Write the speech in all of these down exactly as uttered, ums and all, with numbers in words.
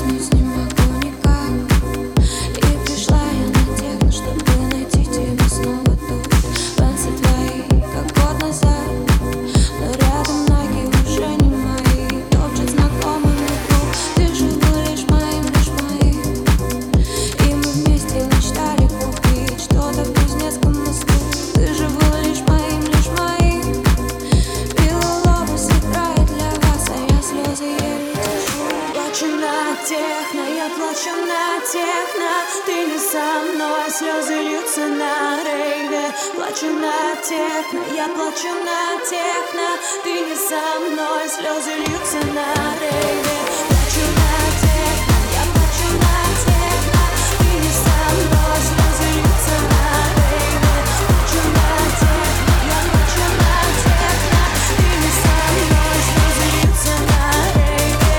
заснуть не могу никак. И пришла я на техно, чтобы найти тебя снова тут. Пальцы твои, как год назад, но рядом ноги уже не мои. Топчет знакомый мне круг. Ты же был лишь моим, лишь моим. И мы вместе мечтали купить что-то в Кузнецком мосту. Ты же был лишь моим, лишь моим. Белолобус играет для вас, а я слезы еле держу. Плачу на техно, я плачу на техно. Ты не со мной, слезы льются на рейве. Плачу на техно, я плачу на техно. Ты не со мной, слезы льются на рейве. Плачу на техно, я плачу на техно. Ты не со мной, слезы льются на рейве. Плачу на техно, я плачу на техно. Ты не со мной, слезы льются на рейве.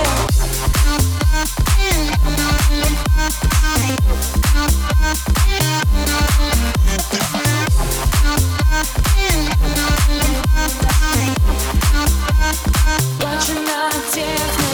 Плачу на техно.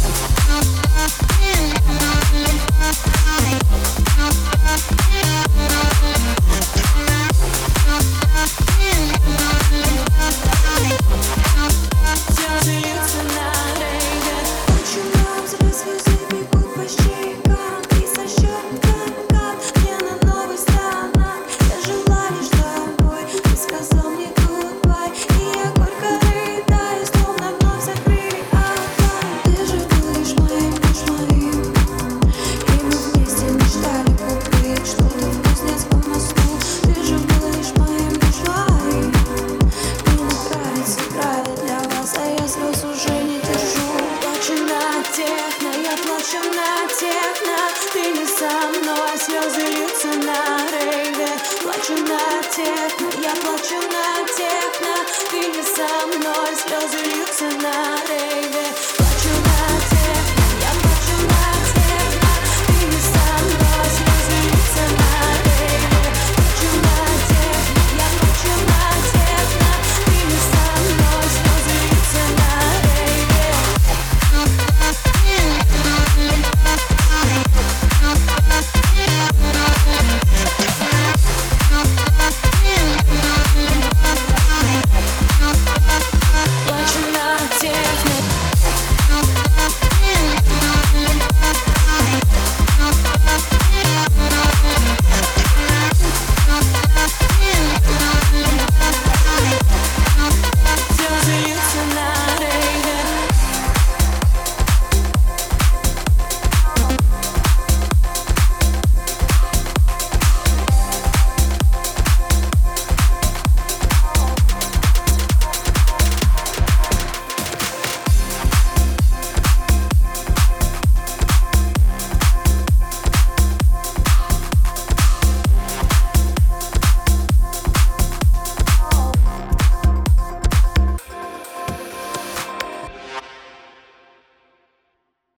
Слезы льются на рейве. Почему тебе слезы бегут по щекам? И со щек как мне на новый станок. Я жила лишь тобой, ты сказал мне goodbye. И я горько рыдаю, словно вновь закрыли окно. Ты же был лишь моим, лишь моим. И мы вместе мечтали купить что-то в Кузнецком мосту. Ты же был лишь моим, лишь моим. И нравится, играет для вас, а я слез уже не держу. Плачу на техно, я плачу на техно. Ты не со мной, слезы льются на рейве. Плачу на техно, я плачу на техно. Ты не со мной, слезы льются на рейве.